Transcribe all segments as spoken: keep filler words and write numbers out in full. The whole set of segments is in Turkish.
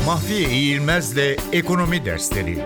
Mahfiye İğilmez'le Ekonomi Dersleri.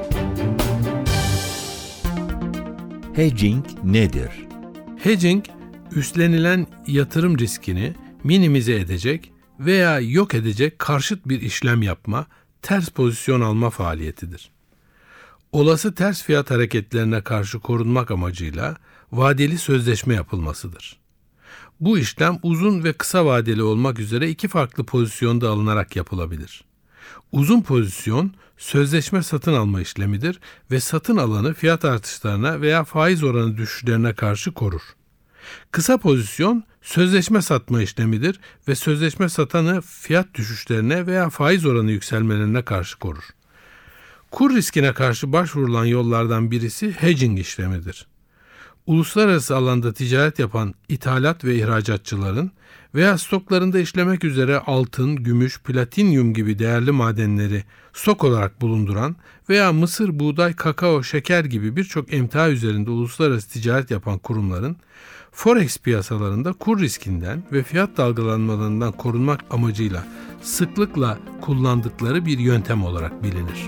Hedging nedir? Hedging, üstlenilen yatırım riskini minimize edecek veya yok edecek karşıt bir işlem yapma, ters pozisyon alma faaliyetidir. Olası ters fiyat hareketlerine karşı korunmak amacıyla vadeli sözleşme yapılmasıdır. Bu işlem uzun ve kısa vadeli olmak üzere iki farklı pozisyonda alınarak yapılabilir. Uzun pozisyon, sözleşme satın alma işlemidir ve satın alanı fiyat artışlarına veya faiz oranı düşüşlerine karşı korur. Kısa pozisyon, sözleşme satma işlemidir ve sözleşme satanı fiyat düşüşlerine veya faiz oranı yükselmelerine karşı korur. Kur riskine karşı başvurulan yollardan birisi hedging işlemidir. Uluslararası alanda ticaret yapan ithalat ve ihracatçıların veya stoklarında işlemek üzere altın, gümüş, platinyum gibi değerli madenleri stok olarak bulunduran veya mısır, buğday, kakao, şeker gibi birçok emtia üzerinde uluslararası ticaret yapan kurumların forex piyasalarında kur riskinden ve fiyat dalgalanmalarından korunmak amacıyla sıklıkla kullandıkları bir yöntem olarak bilinir.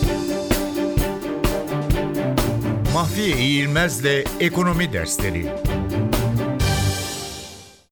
Mahfiye İğilmez'le Ekonomi Dersleri.